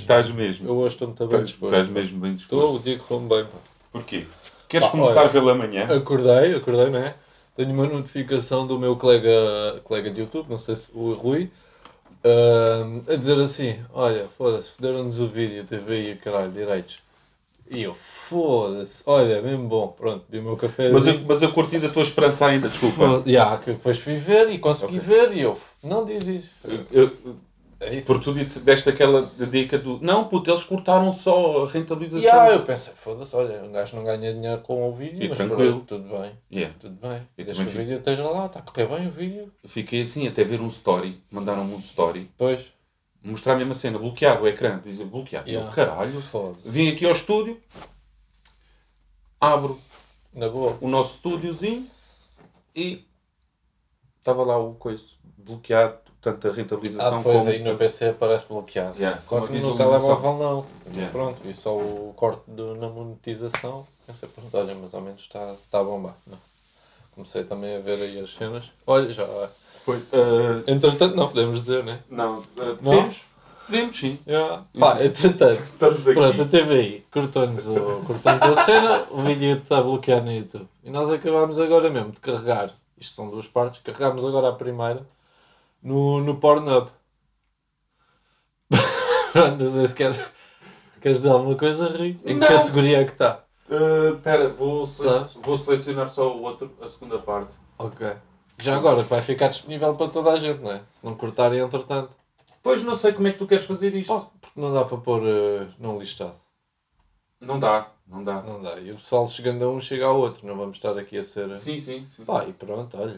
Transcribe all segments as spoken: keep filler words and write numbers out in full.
Estás mesmo. Eu hoje estou muito bem disposto. Estás mesmo bem disposto. Estou, o dia correu bem. Pá. Porquê? Queres Pá, começar olha, pela manhã? Acordei, acordei, não é? Tenho uma notificação do meu colega, colega de YouTube, não sei se o Rui, uh, a dizer assim, olha, foda-se, foderam-nos o vídeo, T V I, caralho, direitos. E eu, foda-se, olha, mesmo bom, pronto, vi o meu cafezinho. Mas eu, mas eu curti da tua esperança ainda, desculpa. Já, yeah, que depois fui ver e consegui okay. ver e eu, não diz isso. Eu, eu, é isso. Porque tu deste aquela dica do, não puto, eles cortaram só a rentabilização. Yeah, eu pensei, foda-se, olha, um gajo não ganha dinheiro com o vídeo, e mas tranquilo. Pronto, tudo bem, yeah. tudo bem. Eu Deixa que o fico... vídeo esteja lá, está a correr bem o vídeo. Fiquei assim, até ver um story, mandaram-me um story. Pois. Mostrar a mesma cena, bloqueado o ecrã, dizer bloqueado. Yeah. Eu, caralho, foda-se. Vim aqui ao estúdio, abro na boa o nosso estúdiozinho e estava lá o coisa bloqueado, tanto a rentabilização ah, pois, como... aí no P C aparece bloqueado. Yeah, só que no telemóvel não. Yeah. Pronto, e só o corte do, na monetização, pensei, pronto, olha, mais ou menos está, está a bombar. Não. Comecei também a ver aí as cenas. Olha, já... Pois, uh... Entretanto, não podemos dizer, né? Não, uh, podemos? Podemos, sim. Yeah. Pá, entretanto, estamos aqui. Pronto, a T V I cortou-nos, o, cortou-nos a cena, o vídeo está bloqueado no YouTube. E nós acabámos agora mesmo de carregar, isto são duas partes, carregámos agora a primeira no, no Pornhub. Pronto, não sei se queres, queres dizer alguma coisa, Rui? Em que categoria é que está? Espera, uh, vou, sele- vou selecionar só o outro, a segunda parte. Ok. Já agora vai ficar disponível para toda a gente, não é? Se não cortarem entretanto. Pois não sei como é que tu queres fazer isto. Oh, porque não dá para pôr uh, não listado. Não dá, não dá. Não dá. E o pessoal chegando a um chega ao outro. Não vamos estar aqui a ser... Sim, sim, sim. Pá, e pronto, olha.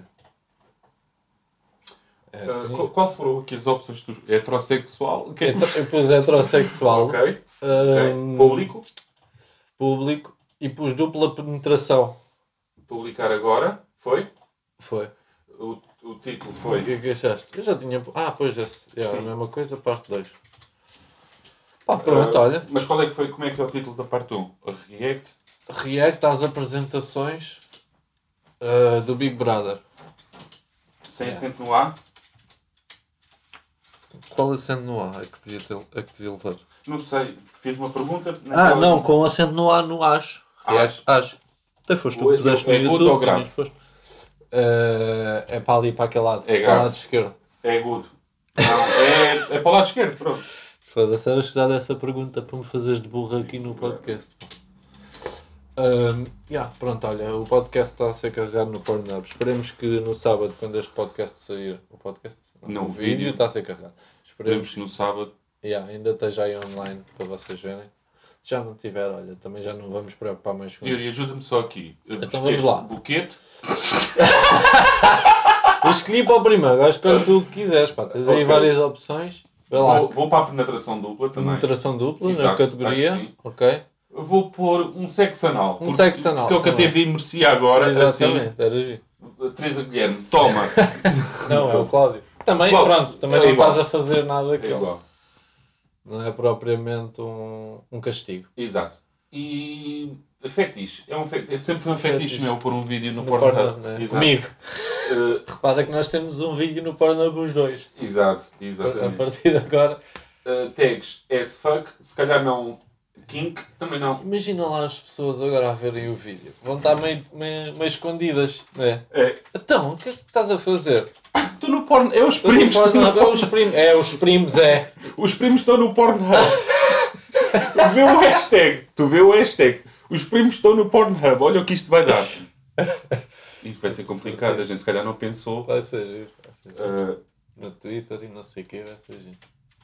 É assim. uh, qual foram aqui as opções? Tu... Heterossexual? Okay. Eu pus heterossexual. Ok. okay. Um, público. Público. E pus dupla penetração. Publicar agora. Foi? Foi. O, o título foi... O que é que achaste? Eu já tinha... Ah, pois, esse, é a mesma coisa, parte dois. Pá, pronto, uh, olha. Mas qual é que foi, como é que é o título da parte um? React? React às apresentações uh, do Big Brother. Sem yeah. acento no A? Qual acento no A é que devia, ter, é que devia levar? Não sei, fiz uma pergunta... Ah, não, com acento no A no Acho. React, Acho. Até foste tu que puseste no é YouTube. Ou grave? Uh, é para ali, para aquele lado. É para o lado esquerdo. É agudo. Não, é, é para o lado esquerdo, pronto. Foda-se, era estudar essa pergunta para me fazeres de burro aqui no podcast. Um, yeah, pronto, olha, o podcast está a ser carregado no Pornhub. Esperemos que no sábado, quando este podcast sair, o podcast, não, não, o vídeo, vídeo está a ser carregado. Esperemos que no sábado yeah, ainda esteja aí online para vocês verem. Se já não tiver, olha, também já não vamos preocupar mais com isso. E ajuda-me só aqui. Eu então vamos lá. Buquete. Eu escolhi para o primeiro, acho que tu quiseres, pá. Tens aí okay. várias opções. Vou, vou para a penetração dupla também. Penetração dupla, exato, na categoria. Ok. Eu vou pôr um sexo anal. Um sexo anal. Porque é o que a T V merecia agora. Exatamente, assim. era giro. Teresa Guilherme, toma. Não, é o Cláudio. Também, Cláudio. Pronto, também é não igual. Estás a fazer nada daquilo. É igual. Não é propriamente um, um castigo. Exato. E fetiche. É, um fetiche. Sempre foi um fetiche, fetiche meu pôr um vídeo no, no Pornhub. Né? Comigo. Uh, Repara que nós temos um vídeo no Pornhub os dois. Exato, exatamente. A partir de agora. Uh, tags as fuck, se calhar não kink, também não. Imagina lá as pessoas agora a verem o vídeo. Vão estar meio, meio, meio escondidas, não é? É. Então, o que é que estás a fazer? Estou no porno. É os primos. No porno, é, os primos. é os primos, é. Os primos estão no Pornhub. Vê o hashtag. Tu vê o hashtag. Os primos estão no Pornhub. Olha o que isto vai dar. Isto vai ser complicado. A gente se calhar não pensou. Vai ser giro. Vai ser giro. Uh, no Twitter e não sei o que vai ser giro.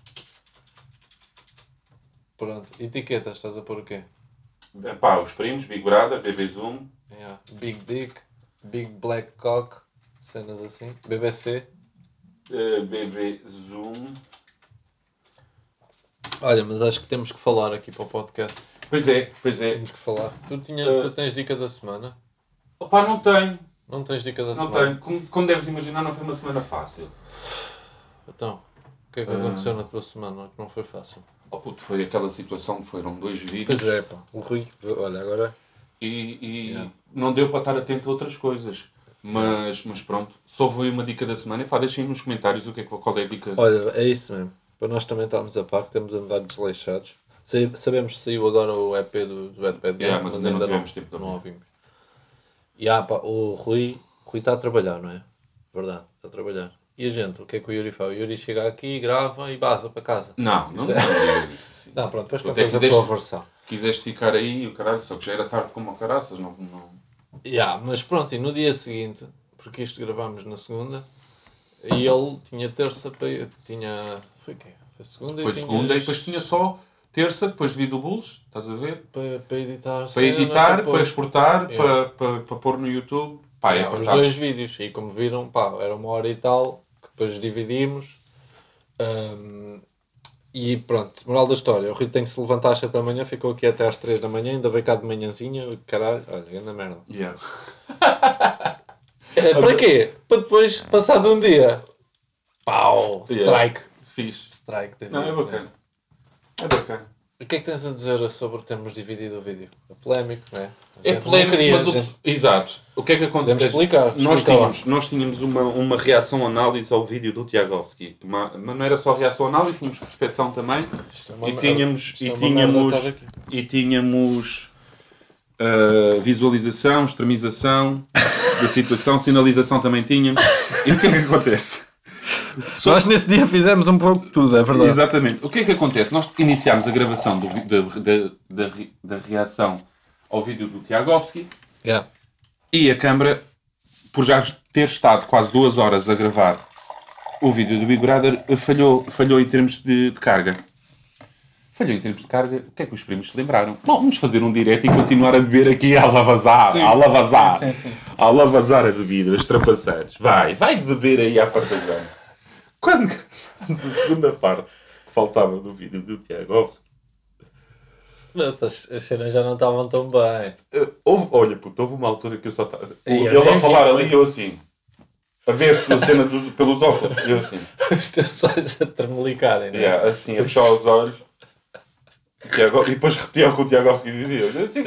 Pronto. Etiquetas, estás a pôr o quê? Pá, os primos, Big Brother, B B Zoom. Yeah. Big Dick, Big Black Cock, cenas assim. B B C. Uh, B B Zoom. Olha, mas acho que temos que falar aqui para o podcast. Pois é, pois é. Temos que falar. Tu, tinha, uh, tu tens dica da semana? Opá, não tenho. Não tens dica da não semana? Não tenho. Como, como deves imaginar, não foi uma semana fácil. Então, o que é que uh... aconteceu na tua semana que não foi fácil? Oh puto, foi aquela situação que foram dois vídeos. Pois é, pá. O Rui, olha, agora... E, e yeah. não deu para estar atento a outras coisas. Mas, mas pronto, só foi uma dica da semana. E pá, deixem nos comentários o que é, qual é a dica. Olha, é isso mesmo. para nós também estarmos a par, que temos andado desleixados. Sabemos que saiu agora o E P do, do Ed Bad Game, yeah, mas, mas ainda ainda não não, tivemos tempo não ouvimos. E ah, pá, o Rui, Rui está a trabalhar, não é? Verdade, está a trabalhar. E a gente, o que é que o Yuri faz? O Yuri chega aqui, grava e vaza para casa. Não, não, é... não, não isso assim. Não, pronto, depois Tu até contas a quiseste- tua versão. Quiseste ficar aí, o caralho, só que já era tarde como o caraças, não... não... Yeah, mas pronto, e no dia seguinte, porque isto gravámos na segunda, e ele tinha terça para... tinha... foi quê? Foi segunda Foi e segunda tinhas- e depois tinha só terça, depois vi do Bulls, estás a ver? Para, para editar, Para editar, para, pôr- exportar, Yeah. para, para, para pôr no YouTube. Pá, é Yeah, para os estar- dois vídeos, e como viram, pá, era uma hora e tal, que depois dividimos. Ahm, e pronto, moral da história, o Rui tem que se levantar às sete da manhã, ficou aqui até às três da manhã, ainda veio cá de manhãzinha, caralho, olha, grande merda. Yeah. É, para quê? Para depois, passado um dia, pau, strike. Yeah. Fixe. Strike. teve- Não, é bacana. É bacana. O que é que tens a dizer sobre termos dividido o vídeo? É polémico, não é? A É gente polémico, não queria, mas o a gente- que- exato. O que é que acontece? Podemos explicar, Nós explica lá. tínhamos, nós tínhamos uma, uma reação-análise ao vídeo do Tiagovski. Uma- Mas não era só reação-análise, tínhamos prospeção também. Isto é uma E merda. tínhamos, Isto e é uma merda tínhamos, estar aqui. e tínhamos ah, visualização, extremização da situação, sinalização também tínhamos. E o que é que acontece? Nós nesse dia fizemos um pouco de tudo, é verdade. Exatamente. O que é que acontece? Nós iniciámos a gravação do, vi- da, da, da, re- da reação ao vídeo do Tiagovski Yeah. e a câmara, por já ter estado quase duas horas a gravar o vídeo do Big Brother, falhou, falhou em termos de, de carga. Falhou em termos de carga. O que é que os primos se lembraram? Bom, vamos fazer um direto e continuar a beber aqui a lavazar, a lavazar, sim, sim, sim. a lavazar a bebida, os trapaceiros. Vai, vai beber aí à fartazão. Quando, a segunda parte que faltava do vídeo do Tiagovski, As as cenas já não estavam tão bem. eh, houve, olha, puto, houve uma altura que eu só estava... E eu Ele a nem falar vi. ali e eu assim, a ver-se a cena dos, pelos óculos, e eu assim, Os teus olhos a tremelicarem, não é? yeah, assim, a fechar os olhos. Tiago, e depois repetia o que o Tiagovski dizia. Assim,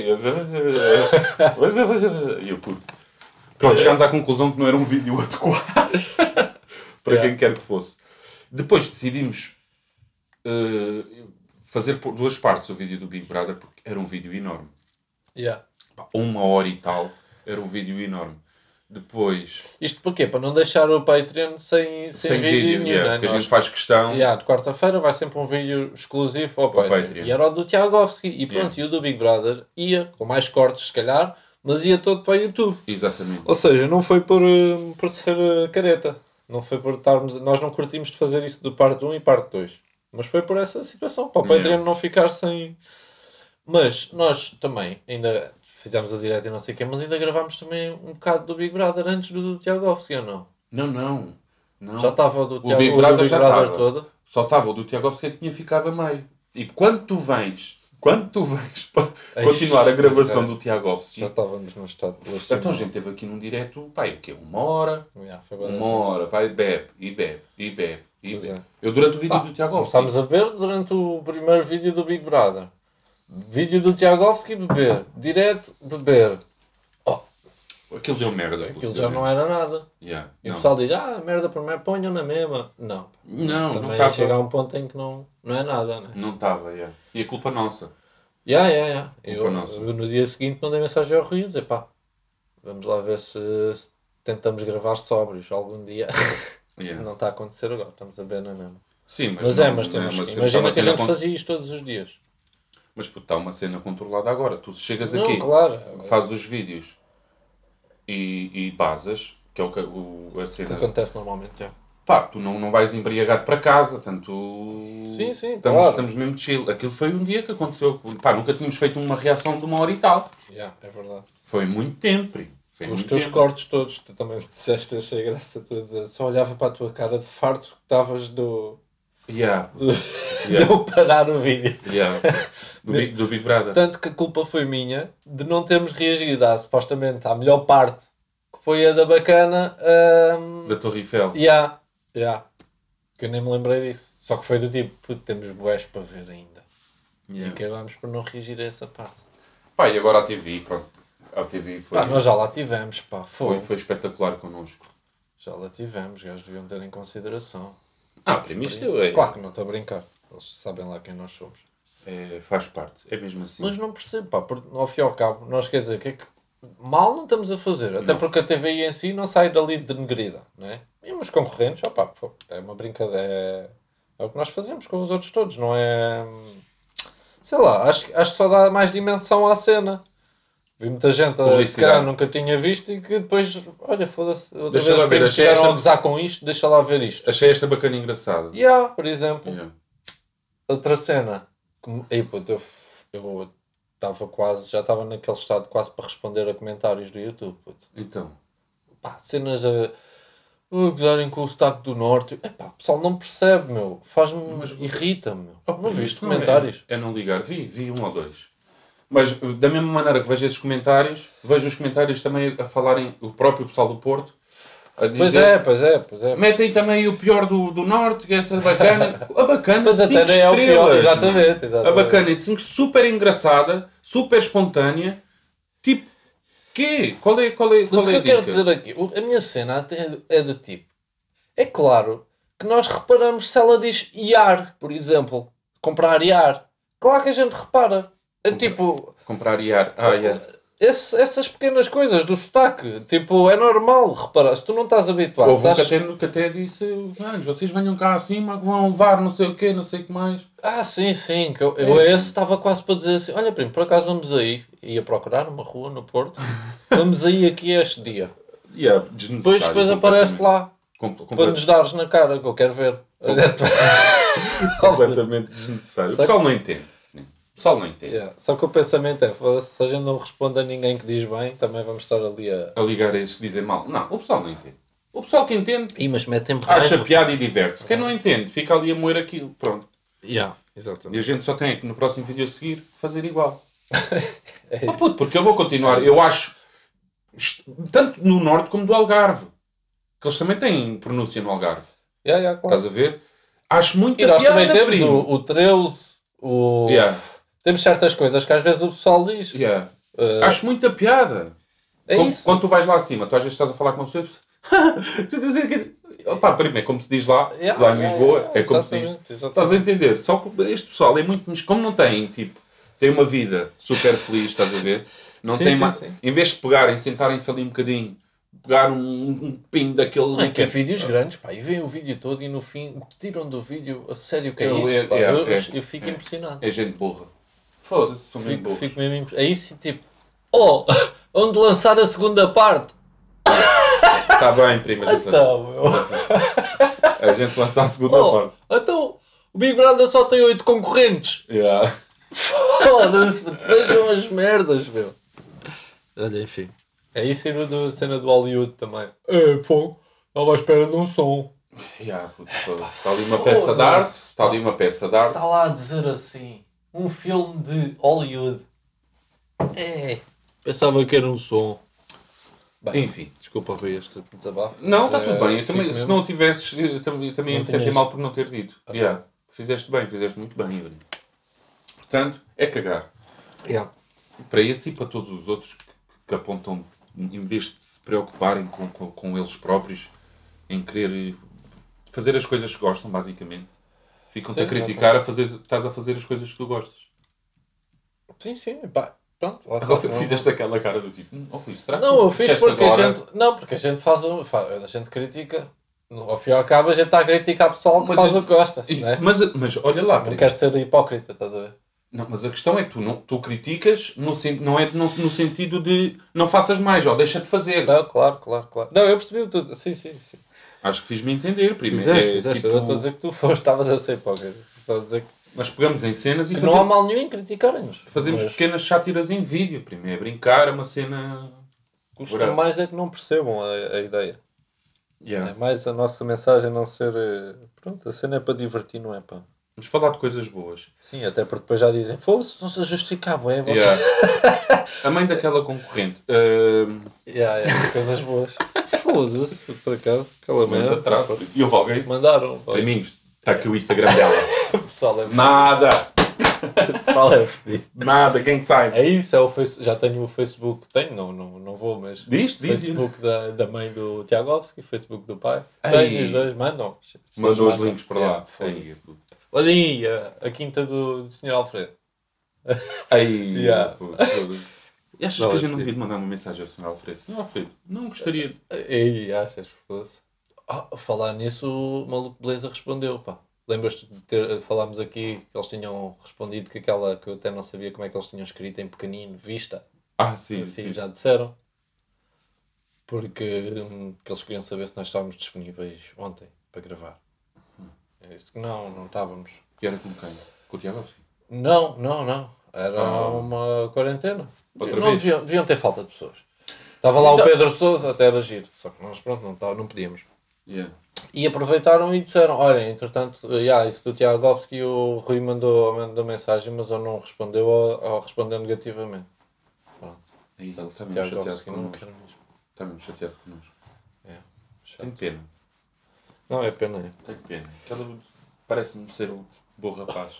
e eu, puto. Pronto, chegámos à conclusão que não era um vídeo adequado para Yeah. quem quer que fosse. Depois decidimos eh, fazer por duas partes o vídeo do Big Brother, porque era um vídeo enorme. Yeah. Pá, uma hora e tal, era um vídeo enorme. Depois, Isto porquê? Para não deixar o Patreon sem, sem, sem, vídeo, vídeo, nenhum, yeah, não é? que a Nós- gente faz questão. Yeah, de quarta-feira vai sempre um vídeo exclusivo ao Patreon. Patreon. E era o do Tiagovski. E pronto, Yeah. e o do Big Brother ia, com mais cortes se calhar, mas ia todo para o YouTube. Exatamente. Ou seja, não foi por, eh, por ser eh, careta. Não foi por estarmos... Nós não curtimos de fazer isso de parte um e parte dois. Mas foi por essa situação. Para o Yeah. Patreon não ficar sem... Mas nós também ainda fizemos o direto e não sei o quê, mas ainda gravámos também um bocado do Big Brother antes do Tiagovski, ou não? Não, não. não. Já estava o do O Tiago, Big o do Brother Big já Brother estava. todo. Só estava o do Tiagovski que tinha ficado a meio. E quando tu vens, quando tu vens para Ai, continuar a gravação pois é. do Tiagovski, Já estávamos no estado de lascívia. então a gente teve aqui num direto, pá, o quê? Uma hora, Yeah, foi bem. uma hora, vai, bebe, e bebe, e bebe, e Pois bebe. é. Eu durante o vídeo Pá, do Tiagovski, Começámos a ver durante o primeiro vídeo do Big Brother. Vídeo do Tiagovski, beber. Direto, beber. aquilo deu merda. Aquilo já não era nada. Yeah, E o não. pessoal diz, ah, merda por mim, ponham na mesma. Não. Não, não Também estava. chega a um ponto em que não, não é nada, né? Não estava, yeah. E a culpa nossa. Yeah, yeah, yeah. Culpa Eu, nossa. eu no dia seguinte mandei mensagem ao Rui e dizer, pá, vamos lá ver se, se tentamos gravar sóbrios algum dia. Yeah. Não está a acontecer agora, estamos a ver na mesma. Sim, mas, Mas não- é, mas não temos. uma cena- Imagina uma que a cena gente con- fazia isto todos os dias. Mas puto, está uma cena controlada agora. Tu chegas Não, aqui, claro. fazes os vídeos e, e basas, que é o, que- o, a Que cena. acontece normalmente, já. Pá, tu não, não vais embriagado para casa, tanto... Sim, sim, estamos, claro. estamos mesmo chill. Aquilo foi um dia que aconteceu. Pá, nunca tínhamos feito uma reação de uma hora e tal. Yeah, é verdade. Foi muito tempo, pri. Foi Os muito teus tempo. cortes todos, tu também me disseste, achei graça tu a dizer, só olhava para a tua cara de farto que estavas do, Yeah, do, Yeah. de eu parar o vídeo. yeah. Do, Big, do Big Brother. Tanto que a culpa foi minha de não termos reagido à, supostamente, à melhor parte, que foi a da bacana. Um... Da Torre Eiffel. Yeah, yeah. Que eu nem me lembrei disso. Só que foi do tipo, puto, temos bués para ver ainda. Yeah. E acabámos por não reagir a essa parte. Pá, e agora a T V, pronto. A T V foi, Pá, nós já lá tivemos, pá, foi. foi, foi espetacular connosco. Já lá tivemos, gajos deviam ter em consideração. Ah, primo, isto é... Claro que não estou a brincar. Eles sabem lá quem nós somos. É, faz parte, é mesmo assim. Mas não percebo, pá, porque ao fim e ao cabo, nós quer dizer, o que é que mal não estamos a fazer? Até Não. porque a T V I em si não sai dali denegrida, não é? E os concorrentes, opá, pô, é uma brincadeira, é, é o que nós fazemos com os outros todos, não é... Sei lá, acho, acho que só dá mais dimensão à cena. Vi muita gente a que se calhar nunca tinha visto e que depois, olha, foda-se, outra Deixa vez lá os ver, primos achei chegaram esta- a gozar com isto, deixa lá ver isto. Achei esta bacana e engraçada. Yeah, por exemplo. Yeah. Outra cena. Que, me- ei, puto, eu eu estava quase, já estava naquele estado quase para responder a comentários do YouTube. Puto. Então, Pá, cenas a, a gozarem com o sotaque do Norte. Epá, o pessoal não percebe, meu. Faz-me, Mas- irrita-me, meu. oh, Não primo, viste isto não é- comentários? É, não ligar. Vi, vi um ou dois. Mas da mesma maneira que vejo esses comentários, vejo os comentários também a falarem, o próprio pessoal do Porto, a dizer... Pois é, pois é, pois é. Metem também o pior do, do Norte, que é essa bacana. A bacana, Mas cinco até nem é o estrelas. pior. mano. Exatamente, exatamente. A bacana é cinco, super engraçada, super espontânea. Tipo, quê? Qual é, qual é, qual Mas o é que a eu quero dica? dizer aqui, o- a minha cena até é do tipo. É claro que nós reparamos se ela diz iar, por exemplo. Comprar iar. Claro que a gente repara. É Comprar. tipo, Comprar iar. Ah, yeah. esse- essas pequenas coisas do sotaque. Tipo, é normal reparar. Se tu não estás habituado, Houve um que estás... até, que até disse, "Mano, vocês venham cá acima que vão levar não sei o quê, não sei o que mais." Ah, sim, sim. Que eu, eu É. esse estava quase para dizer assim, olha primo, por acaso vamos aí. Ia procurar uma rua no Porto. Vamos aí aqui este dia. Yeah, Depois, desnecessário. depois aparece lá. Com- Para complet- nos dares na cara, que eu quero ver. completamente desnecessário. O Só que- pessoal não entende. O pessoal não entende. Yeah. Só que o pensamento é, foda-se, se a gente não responde a ninguém que diz bem, também vamos estar ali a... A ligar a esses que dizem mal. Não, o pessoal não entende. O pessoal que entende Ih, mas metem acha piada e diverte-se. Quem não entende fica ali a moer aquilo. Pronto. Yeah, E a exatamente. gente só tem que no próximo vídeo a seguir fazer igual. É Ah, isso. puto, porque eu vou continuar. Eu acho, tanto no Norte como do Algarve, que eles também têm pronúncia no Algarve. Yeah, yeah, claro. Estás a ver? Acho muito E nós piada, também temos primo. o, o treze, o... Yeah, Temos certas coisas que às vezes o pessoal diz. yeah. Uh, Acho muita piada. é Como- isso. Quando tu vais lá acima, tu às vezes estás a falar com uma pessoa e tu dizes que... Opa, primo, é como se diz lá, Yeah, lá em yeah, Lisboa, yeah, é como se diz. exatamente, exatamente. Estás a entender? Só que este pessoal é muito... Mas como não tem, tipo, tem uma vida super feliz, estás a ver? Não Sim, tem sim, mais... sim. Em vez de pegarem, sentarem-se ali um bocadinho, pegar um, um pinho daquele... Não é que é vídeos grandes, pá, e veem o vídeo todo e no fim, o que tiram do vídeo, a sério que é Eu- isso, é- pá, é- eu, é- eu fico é. impressionado. É gente burra. Foda-se, são muito Fico, burros. fico mesmo imp... É isso e tipo, oh, onde lançar a segunda parte? Está bem, prima. A gente, Então, meu. a gente lança a segunda Oh, parte. então, o Big Brother só tem oito concorrentes. Yeah. Foda-se, vejam as merdas, meu. Olha, enfim. É isso e no do cena do Hollywood também. É, fogo. Estava à espera de um som. Yeah, puto, foda-se. Está ali uma peça de arte. Está ali uma peça de arte. Está lá a dizer assim, um filme de Hollywood. É. Pensava que era um som. Bem, Enfim. desculpa, foi este desabafo. Não, está Mas, tudo eh, bem. Eu também, fico se mesmo- não tivesses, eu também, eu também Não me senti tinhas. mal por não ter dito. Ok. Yeah. Fizeste bem, fizeste muito bem, Yuri. Portanto, é cagar. Yeah. Para esse e para todos os outros que, que apontam, em vez de se preocuparem com, com, com eles próprios, em querer fazer as coisas que gostam, basicamente, ficam-te Sim, a criticar a fazer, estás a fazer as coisas que tu gostas. Sim, sim, pá. Pronto, lá Agora está. Não- fizeste aquela cara do tipo, "Hum, oh, Rui, será que Não, tu eu fiz disseste porque agora?" a gente. Não, porque a gente faz um. fa- A gente critica. No- Ao fim e ao cabo, a gente está a criticar o pessoal que Mas faz eu- o que gosta. E- Né? mas, mas olha lá, Não primo. quero ser hipócrita, estás a ver? Não, mas a questão é que tu, não, tu criticas, no, sen- não é no, no sentido de não faças mais, ou deixa de fazer. Não, claro, claro, claro. Não, eu percebi tudo. Sim, sim, sim. Acho que fiz-me entender, primo. Fizeste, É, fizeste. tipo, Eu não estou a dizer que tu foste, estavas a ser hipócrita. Só a dizer que, Nós pegamos em cenas e que fazemos, não há mal nenhum em criticarem-nos. fazemos Mas pequenas sátiras em vídeo, primo. É brincar, é uma cena... custa mais é que não percebam a, a ideia. Yeah. É mais a nossa mensagem não ser. eh, Pronto, a cena é para divertir, não é para. Vamos falar de coisas boas. Sim, até porque depois já dizem, foda-se, estão-se a justificar, bué, você. Yeah. A mãe daquela concorrente. ahm, Yeah, yeah, coisas boas. Foda-se, por acaso, aquela manda merda. atrás. E houve alguém? Mandaram. pá. Priminhos, está aqui o Instagram dela. O pessoal é Nada! Sal é fedido. Nada, quem sai? É isso, é o face... já tenho o Facebook. Tenho, não, não, não vou, mas. Diz, diz. Facebook da, da mãe do Tiagovski, Facebook do pai. Ei. Tenho os dois, mandam. Mandou os mandam. links para lá. Yeah, Ei, foda-se. Olha aí, a, a quinta do, do senhor Alfredo. Aí, Yeah. pô, foda-se. E achas Não, que a é gente não fedido. devia mandar uma mensagem ao senhor Alfredo? senhor Alfredo, não gostaria de... Ei, achas, foda-se. Ah, a falar nisso, o maluco Beleza respondeu, pá. Lembras-te de ter, falámos aqui que eles tinham respondido que aquela que eu até não sabia como é que eles tinham escrito em pequenino, vista. Ah, sim, Assim sim. já disseram. Porque hum, que eles queriam saber se nós estávamos disponíveis ontem para gravar. Eu disse que não, não estávamos. E era com quem? Com o Tiago? Não, não, não. Era Ah. uma quarentena. Outra não vez? deviam, deviam ter falta de pessoas. Estava lá Então- o Pedro Sousa, até era giro. Só que nós, pronto, não, tá, não podíamos. Yeah. E aproveitaram e disseram, olha, entretanto, yeah, isso do Tiagovski, o Rui mandou, mandou mensagem, mas ele não respondeu ou, ou respondeu negativamente. Pronto. Aí, ele Portanto, está mesmo chateado Tiagovski não connosco. quero mesmo. Está mesmo chateado connosco. É, chato. Tenho pena. Não, é pena, é. Tenho pena. Aquela parece-me ser um bom rapaz.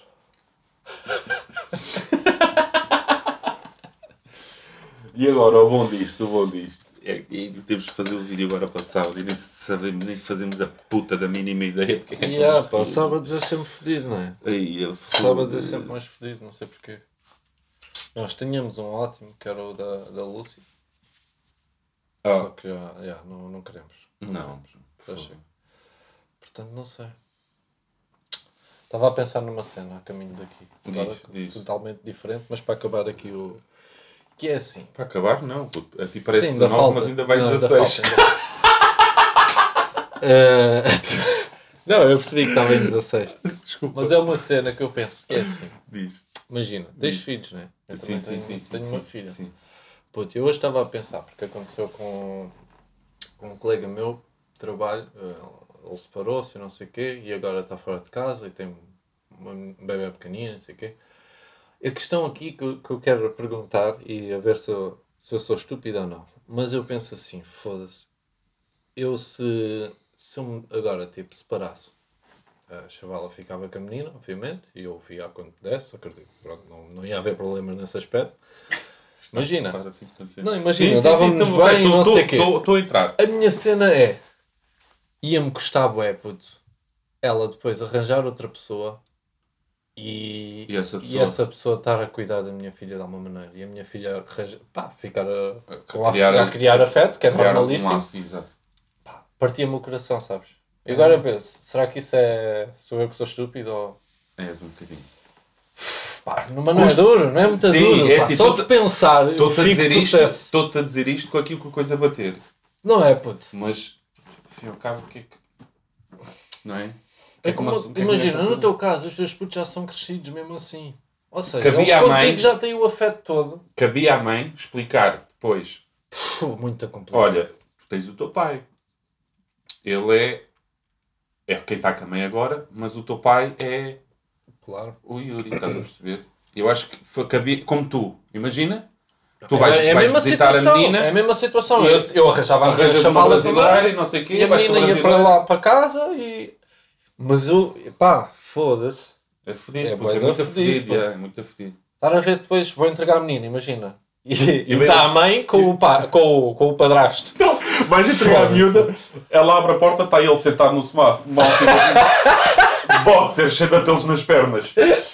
E agora, o bom disto, o bom disto. É que temos de fazer o vídeo agora para sábado e nem, sabemos, nem fazemos a puta da mínima ideia de quem é que Yeah, vamos pá, rir. sábados é sempre fedido, não é? Aí, eu Sábados é foda-se. sempre mais fedido, não sei porquê. Nós tínhamos um ótimo, que era o da, da Lúcia. Só Ah, que já, já não, não queremos. não. Já chega. Portanto, não sei. Estava a pensar numa cena a caminho daqui. Diz, Agora, diz. totalmente diferente, mas para acabar aqui o... Que é assim. Para acabar, não. puto. A ti parece Sim, ainda dezanove, falta. mas ainda vai Não, ainda dezasseis. falta, ainda- Eh, Não, eu percebi que estava em dezasseis. Desculpa. Mas é uma cena que eu penso que é assim. Diz. Imagina, tens filhos, não é? Eu Sim, também sim, tenho, sim, sim. tenho sim, uma filha. Sim. Puto, eu hoje estava a pensar, porque aconteceu com, com um colega meu de trabalho, eh, ele separou-se e não sei o quê, e agora está fora de casa e tem uma bebê pequenina, não sei o quê. A questão aqui que eu, que eu quero perguntar, e a ver se eu, se eu sou estúpido ou não, mas eu penso assim, foda-se, eu se, se eu me agora tipo separasse, a chavala ficava com a menina, obviamente, e eu via quando pudesse, acredito, pronto, não, não ia haver problemas nesse aspecto. Imagina. Está a passar assim, assim. Não, imagina, Sim, sim, dávamos sim, bem e não tô- sei tô- quê. tô- Estou a entrar. A minha cena é, ia-me custar bué, puto, ela depois arranjar outra pessoa e, E essa e pessoa? essa pessoa estar a cuidar da minha filha de alguma maneira. E a minha filha arranja- pá, ficar a, a, criar- a criar afeto, que é Criar um normalíssimo. laço, exato. Partia-me o coração, sabes? E agora eu penso, será que isso é... Sou eu que sou estúpido ou... És um bocadinho. Pá, não, mas não é Custa- duro, não é muito Sim, duro. é pá. assim, Só tô-te- de pensar, eu Estou-te a fico dizer isto, processo. estou-te a dizer isto com aquilo que a coisa bater. Não é, puto. Mas, enfim, ao cabo, o que é que... Não é? O que É que como, uma- o que é que uma imagina, mulher no pode teu caso, os teus putos já são crescidos mesmo assim. Ou seja, Cabia eles à contigo mãe- já têm o afeto todo. fazer? Cabia à mãe explicar depois. Puh, muito complicado. Olha, tu tens o teu pai. Ele é... É quem está com a mãe agora, mas o teu pai é Claro. o Yuri, estás a perceber? Eu acho que foi, cabia... Como tu, imagina... Tu vais, é, é a vais mesma visitar situação, a menina... é a mesma situação. e- Eu, eu arranjava as arranjas uma chavalas brasileira e não sei o quê, e a vais com a menina ia para brasileira. lá para casa e... Mas eu, pá, foda-se. É fodido, É puto, é bué da muito fedido, fedido, puto. é, é muito fedido. Estar a ver depois, vou entregar a menina, imagina. E, e vem- está a mãe com o, pá, com, o, com o padrasto. Vais entregar a Foda-se. miúda, ela abre a porta, está ele sentado no sofá, mal boxer, cheio de pelos nas pernas.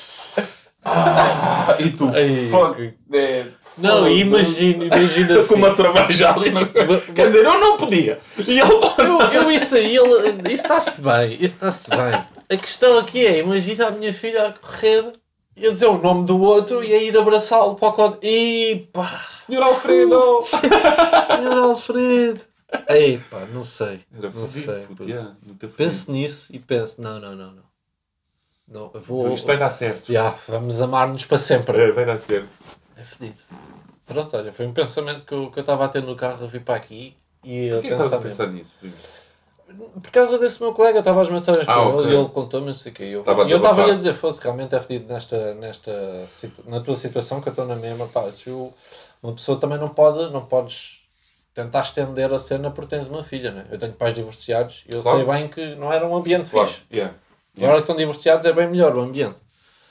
Ah, e tu, Ai, fuck, é, Não, foda-se. imagina, imagina Com assim. uma cerveja ali, não... quer dizer, eu não podia. E ele... Eu, eu isso aí, ele, isso está-se bem, isso está-se bem. A questão aqui é, imagina a minha filha a correr e a dizer o nome do outro e a ir abraçá-lo para o código. E pá, Senhor Alfredo! senhor Alfredo. Ei pá, não sei, Era não fodido, sei. puto, puto. yeah, muito fodido. Penso nisso e penso, não, não, não, não. Não, eu vou... Isto vai dar certo. Já, vamos amar-nos para sempre. É, vai dar certo. É fedido. Pronto, olha, foi um pensamento que eu que eu estava a ter no carro a vir para aqui e a Por que é que estás a pensar pensar mesmo. nisso? primo? Por causa desse meu colega, estava às mensagens Ah, com ok. ele e ele contou-me não sei o quê. E eu Estava a e eu estava-lhe desabafar. a dizer, fosse realmente é fedido nesta, nesta, situ- na tua situação que eu estou na mesma. Pá, se eu- uma pessoa também não pode, não podes tentar estender a cena porque tens uma filha, né? Eu tenho pais divorciados e eu Claro. sei bem que não era um ambiente Claro, fixe. yeah. Agora que estão divorciados é bem melhor o ambiente.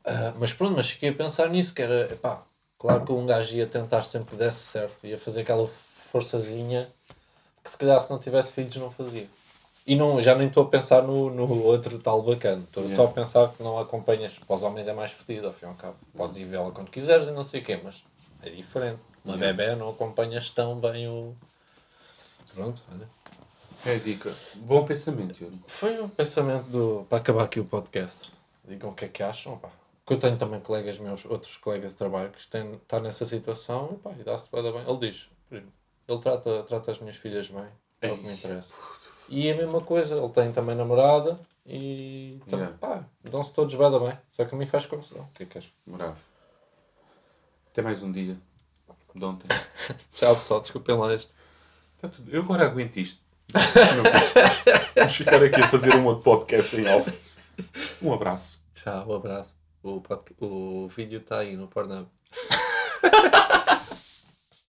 Uh, mas pronto, mas fiquei a pensar nisso, que era, epá, claro que um gajo ia tentar sempre que desse certo, ia fazer aquela forçazinha que se calhar se não tivesse filhos não fazia. E não, já nem estou a pensar no, no outro tal bacana, estou Yeah. só a pensar que não acompanhas, para os homens é mais fedido, ao fim e ao cabo. Podes ir vê-la quando quiseres e não sei o quê, mas é diferente. Uma Yeah. bebé não acompanhas tão bem o... Pronto, olha. É a dica. Bom pensamento, Yuri. Foi um pensamento do... para acabar aqui o podcast. Digam o que é que acham, pá. Porque eu tenho também colegas meus, outros colegas de trabalho que estão tá nessa situação e pá, e dá-se bem, bem. Ele diz, ele trata, trata as minhas filhas bem, é o que me interessa. E a mesma coisa, ele tem também namorada e também, Yeah. pá, dão-se todos bem, bem. Só que a mim faz confusão. O que é que queres? Bravo. Até mais um dia. De ontem. Tchau pessoal, desculpem lá este. Tá tudo. Eu agora aguento isto. Vamos ficar aqui a fazer um outro podcast em off. Um abraço. Tchau, um abraço. O, pod... o vídeo está aí no Pornhub.